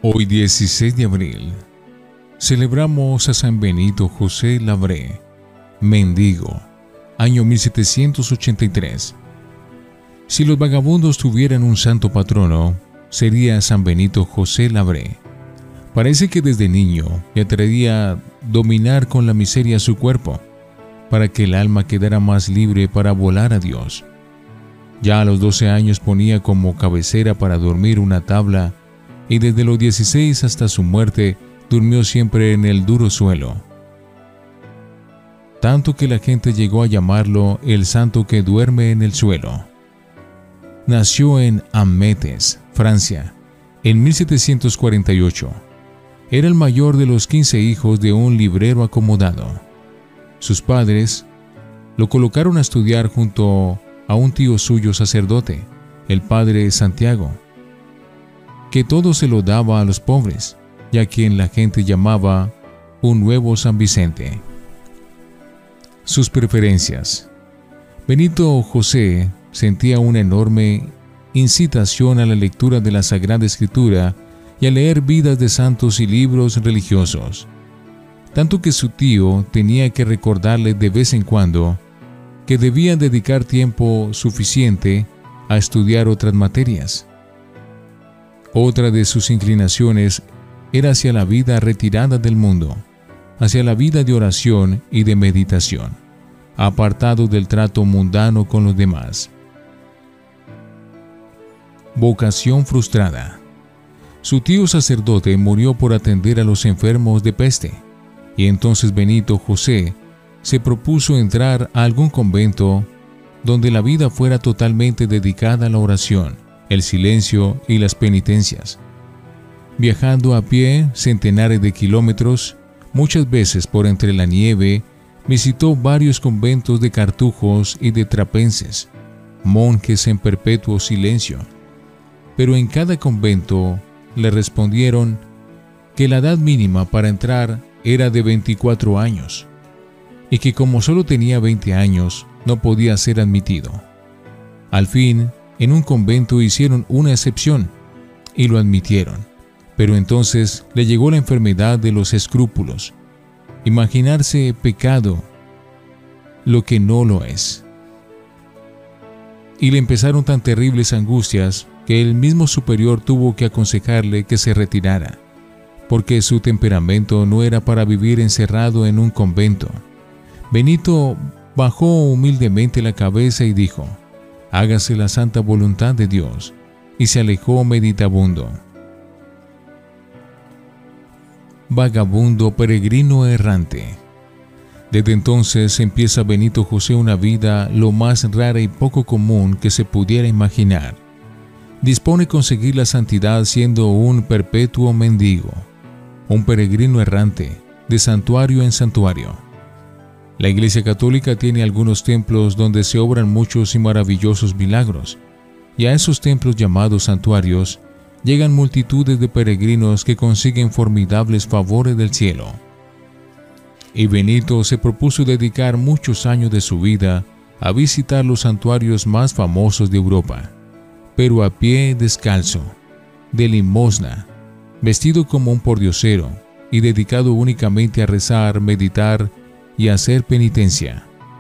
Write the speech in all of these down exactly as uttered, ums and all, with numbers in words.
Hoy dieciséis de abril, celebramos a San Benito José Labré, mendigo, año mil setecientos ochenta y tres. Si los vagabundos tuvieran un santo patrono, sería San Benito José Labré. Parece que desde niño le atraía dominar con la miseria su cuerpo, para que el alma quedara más libre para volar a Dios. Ya a los doce años ponía como cabecera para dormir una tabla, y desde los dieciséis hasta su muerte durmió siempre en el duro suelo. Tanto que la gente llegó a llamarlo el santo que duerme en el suelo. Nació en Ametes, Francia, en mil setecientos cuarenta y ocho. Era el mayor de los quince hijos de un librero acomodado. Sus padres lo colocaron a estudiar junto a un tío suyo sacerdote, el padre Santiago, que todo se lo daba a los pobres, y a quien la gente llamaba un nuevo San Vicente. Sus preferencias. Benito José sentía una enorme incitación a la lectura de la Sagrada Escritura y a leer vidas de santos y libros religiosos, tanto que su tío tenía que recordarle de vez en cuando que debía dedicar tiempo suficiente a estudiar otras materias. Otra de sus inclinaciones era hacia la vida retirada del mundo, hacia la vida de oración y de meditación, apartado del trato mundano con los demás. Vocación frustrada. Su tío sacerdote murió por atender a los enfermos de peste, y entonces Benito José se propuso entrar a algún convento donde la vida fuera totalmente dedicada a la oración, el silencio y las penitencias. Viajando a pie centenares de kilómetros, muchas veces por entre la nieve, visitó varios conventos de cartujos y de trapenses, monjes en perpetuo silencio. Pero en cada convento le respondieron que la edad mínima para entrar era de veinticuatro años, y que como solo tenía veinte años, no podía ser admitido. Al fin, en un convento hicieron una excepción y lo admitieron, pero entonces le llegó la enfermedad de los escrúpulos, imaginarse pecado lo que no lo es. Y le empezaron tan terribles angustias que el mismo superior tuvo que aconsejarle que se retirara, porque su temperamento no era para vivir encerrado en un convento. Benito bajó humildemente la cabeza y dijo: «Hágase la santa voluntad de Dios», y se alejó meditabundo. Vagabundo peregrino errante. Desde entonces empieza Benito José una vida lo más rara y poco común que se pudiera imaginar. Dispone conseguir la santidad siendo un perpetuo mendigo, un peregrino errante, de santuario en santuario. La Iglesia Católica tiene algunos templos donde se obran muchos y maravillosos milagros, y a esos templos llamados santuarios llegan multitudes de peregrinos que consiguen formidables favores del cielo. Y Benito se propuso dedicar muchos años de su vida a visitar los santuarios más famosos de Europa, pero a pie descalzo, de limosna, vestido como un pordiosero y dedicado únicamente a rezar, meditar y hacer penitencia.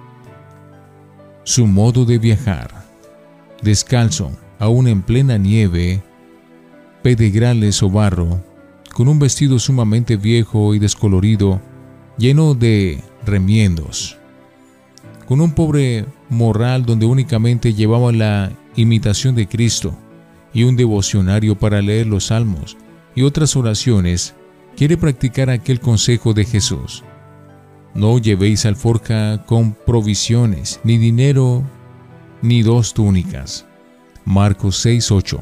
Su modo de viajar: descalzo, aún en plena nieve, pedregales o barro, con un vestido sumamente viejo y descolorido, lleno de remiendos, con un pobre morral donde únicamente llevaba la imitación de Cristo y un devocionario para leer los salmos y otras oraciones. Quiere practicar aquel consejo de Jesús: «No llevéis alforja con provisiones, ni dinero, ni dos túnicas». Marcos seis ocho.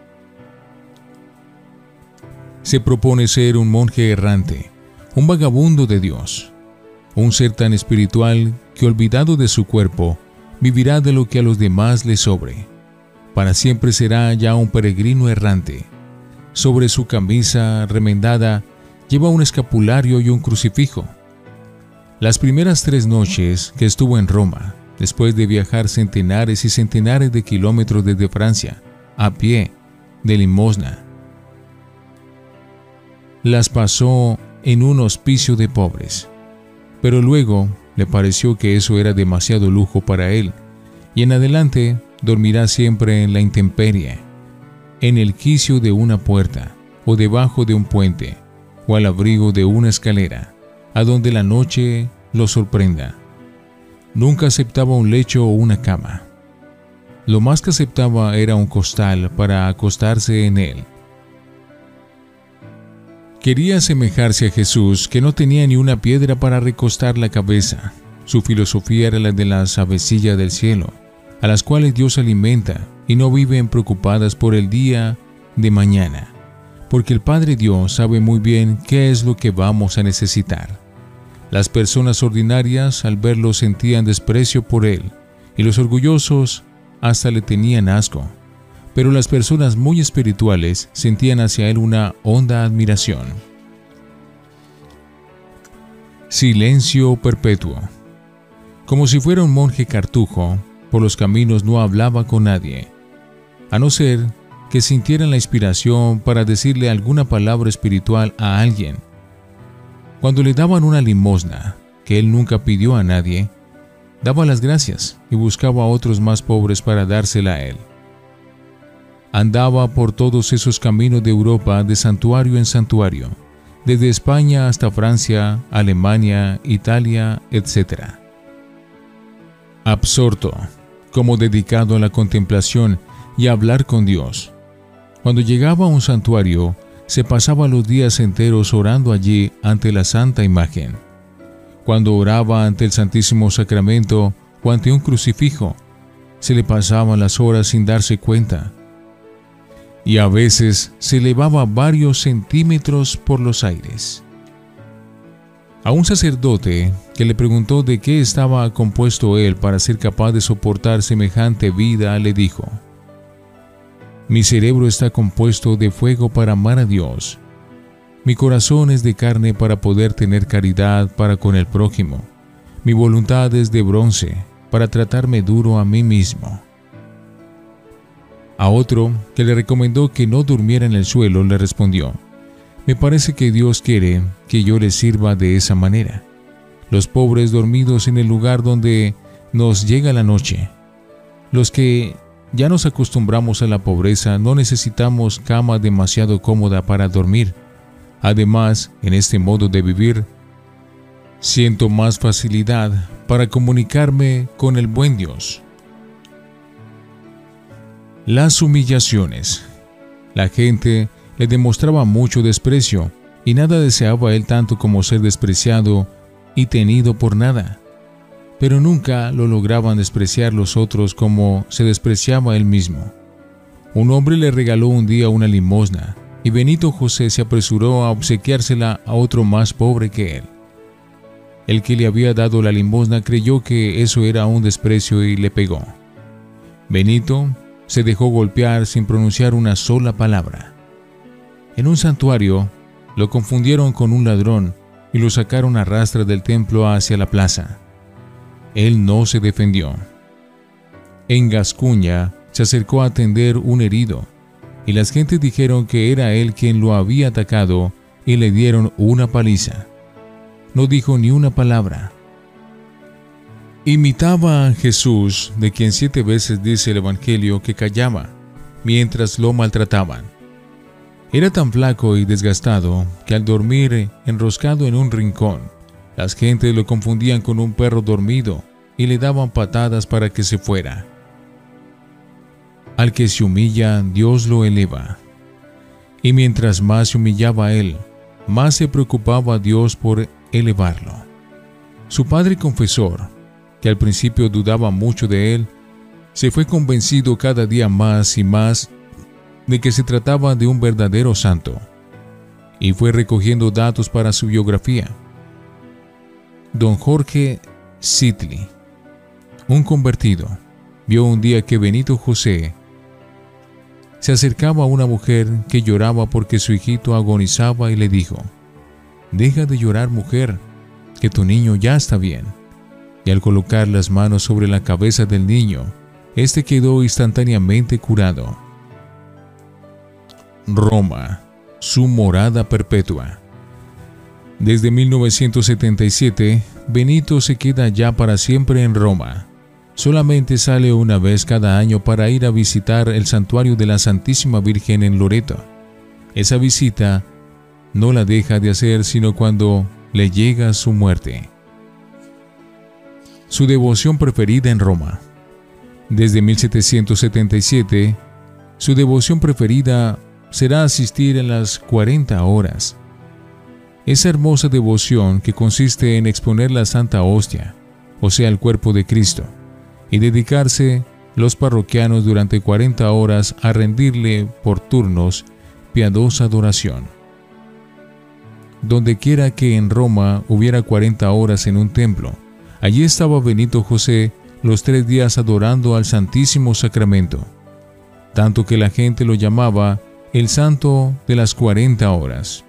Se propone ser un monje errante, un vagabundo de Dios, un ser tan espiritual que, olvidado de su cuerpo, vivirá de lo que a los demás les sobre. Para siempre será ya un peregrino errante. Sobre su camisa remendada lleva un escapulario y un crucifijo. Las primeras tres noches que estuvo en Roma, después de viajar centenares y centenares de kilómetros desde Francia, a pie, de limosna, las pasó en un hospicio de pobres. Pero luego le pareció que eso era demasiado lujo para él, y en adelante dormirá siempre en la intemperie, en el quicio de una puerta, o debajo de un puente, o al abrigo de una escalera, a donde la noche lo sorprenda. Nunca aceptaba un lecho o una cama. Lo más que aceptaba era un costal para acostarse en él. Quería asemejarse a Jesús, que no tenía ni una piedra para recostar la cabeza. Su filosofía era la de las avecillas del cielo, a las cuales Dios alimenta y no viven preocupadas por el día de mañana, porque el Padre Dios sabe muy bien qué es lo que vamos a necesitar. Las personas ordinarias al verlo sentían desprecio por él, y los orgullosos hasta le tenían asco, pero las personas muy espirituales sentían hacia él una honda admiración. Silencio perpetuo. Como si fuera un monje cartujo, por los caminos no hablaba con nadie, a no ser que sintieran la inspiración para decirle alguna palabra espiritual a alguien. Cuando le daban una limosna, que él nunca pidió a nadie, daba las gracias y buscaba a otros más pobres para dársela a él. Andaba por todos esos caminos de Europa de santuario en santuario, desde España hasta Francia, Alemania, Italia, etcétera. Absorto, como dedicado a la contemplación y a hablar con Dios. Cuando llegaba a un santuario, se pasaba los días enteros orando allí ante la santa imagen. Cuando oraba ante el Santísimo Sacramento o ante un crucifijo, se le pasaban las horas sin darse cuenta, y a veces se elevaba varios centímetros por los aires. A un sacerdote que le preguntó de qué estaba compuesto él para ser capaz de soportar semejante vida, le dijo: mi cerebro está compuesto de fuego para amar a Dios. Mi corazón es de carne para poder tener caridad para con el prójimo. Mi voluntad es de bronce para tratarme duro a mí mismo. A otro, que le recomendó que no durmiera en el suelo, le respondió: me parece que Dios quiere que yo le sirva de esa manera. Los pobres dormidos en el lugar donde nos llega la noche. Los que ya nos acostumbramos a la pobreza no necesitamos cama demasiado cómoda para dormir. Además, en este modo de vivir, siento más facilidad para comunicarme con el buen Dios. Las humillaciones. La gente le demostraba mucho desprecio, y nada deseaba él tanto como ser despreciado y tenido por nada. Pero nunca lo lograban despreciar los otros como se despreciaba él mismo. Un hombre le regaló un día una limosna, y Benito José se apresuró a obsequiársela a otro más pobre que él. El que le había dado la limosna creyó que eso era un desprecio y le pegó. Benito se dejó golpear sin pronunciar una sola palabra. En un santuario lo confundieron con un ladrón y lo sacaron a rastras del templo hacia la plaza. Él no se defendió. En Gascuña se acercó a atender un herido, y las gentes dijeron que era él quien lo había atacado y le dieron una paliza. No dijo ni una palabra. Imitaba a Jesús, de quien siete veces dice el Evangelio que callaba mientras lo maltrataban. Era tan flaco y desgastado que al dormir enroscado en un rincón, las gentes lo confundían con un perro dormido y le daban patadas para que se fuera. Al que se humilla, Dios lo eleva. Y mientras más se humillaba a él, más se preocupaba Dios por elevarlo. Su padre confesor, que al principio dudaba mucho de él, se fue convencido cada día más y más de que se trataba de un verdadero santo, y fue recogiendo datos para su biografía. Don Jorge Sitli, un convertido, vio un día que Benito José se acercaba a una mujer que lloraba porque su hijito agonizaba y le dijo: «Deja de llorar, mujer, que tu niño ya está bien». Y al colocar las manos sobre la cabeza del niño, éste quedó instantáneamente curado. Roma, su morada perpetua. Desde mil novecientos setenta y siete, Benito se queda ya para siempre en Roma. Solamente sale una vez cada año para ir a visitar el santuario de la Santísima Virgen en Loreto. Esa visita no la deja de hacer sino cuando le llega su muerte. Su devoción preferida en Roma. Desde mil setecientos setenta y siete, su devoción preferida será asistir en las cuarenta horas. Esa hermosa devoción que consiste en exponer la Santa Hostia, o sea, el cuerpo de Cristo, y dedicarse los parroquianos durante cuarenta horas a rendirle por turnos piadosa adoración. Donde quiera que en Roma hubiera cuarenta horas en un templo, allí estaba Benito José los tres días adorando al Santísimo Sacramento, tanto que la gente lo llamaba el Santo de las cuarenta horas.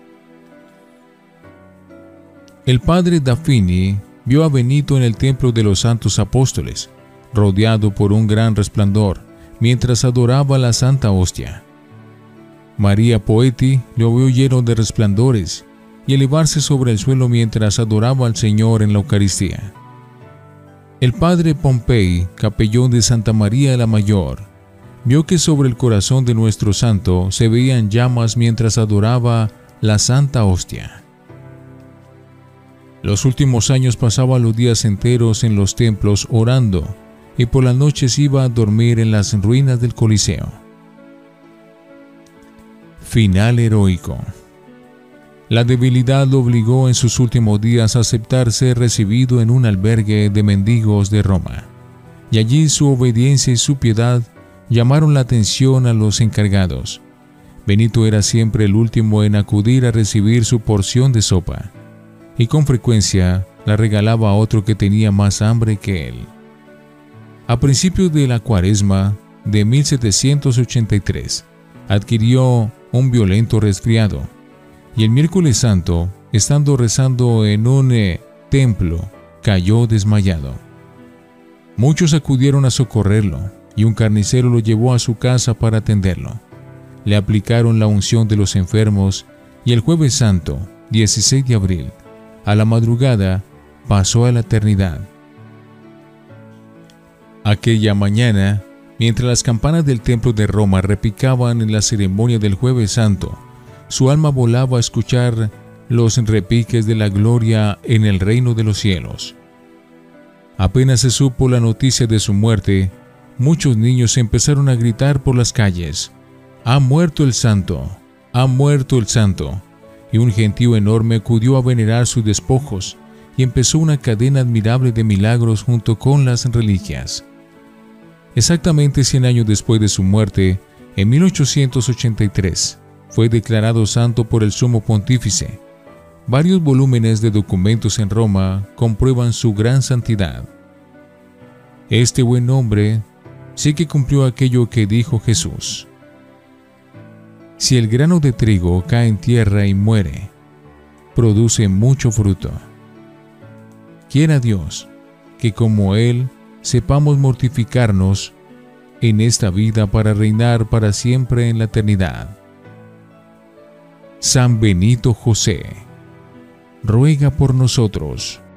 El padre Daffini vio a Benito en el templo de los Santos Apóstoles, rodeado por un gran resplandor, mientras adoraba la Santa Hostia. María Poeti lo vio lleno de resplandores y elevarse sobre el suelo mientras adoraba al Señor en la Eucaristía. El padre Pompey, capellán de Santa María la Mayor, vio que sobre el corazón de nuestro santo se veían llamas mientras adoraba la Santa Hostia. Los últimos años pasaba los días enteros en los templos orando y por las noches iba a dormir en las ruinas del Coliseo. Final heroico. La debilidad lo obligó en sus últimos días a aceptar ser recibido en un albergue de mendigos de Roma, y allí su obediencia y su piedad llamaron la atención a los encargados. Benito era siempre el último en acudir a recibir su porción de sopa, y con frecuencia la regalaba a otro que tenía más hambre que él. A principios de la Cuaresma de mil setecientos ochenta y tres, adquirió un violento resfriado, y el miércoles santo, estando rezando en un eh, templo, cayó desmayado. Muchos acudieron a socorrerlo, y un carnicero lo llevó a su casa para atenderlo. Le aplicaron la unción de los enfermos, y el jueves santo, dieciséis de abril, a la madrugada, pasó a la eternidad. Aquella mañana, mientras las campanas del templo de Roma repicaban en la ceremonia del jueves santo, su alma volaba a escuchar los repiques de la gloria en el reino de los cielos. Apenas se supo la noticia de su muerte, muchos niños empezaron a gritar por las calles: «¡Ha muerto el santo! ¡Ha muerto el santo!». Y un gentío enorme acudió a venerar sus despojos, y empezó una cadena admirable de milagros junto con las reliquias. Exactamente cien años después de su muerte, en mil ochocientos ochenta y tres, fue declarado santo por el sumo pontífice. Varios volúmenes de documentos en Roma comprueban su gran santidad. Este buen hombre sí que cumplió aquello que dijo Jesús: «Si el grano de trigo cae en tierra y muere, produce mucho fruto». Quiera Dios que como Él sepamos mortificarnos en esta vida para reinar para siempre en la eternidad. San Benito José, ruega por nosotros.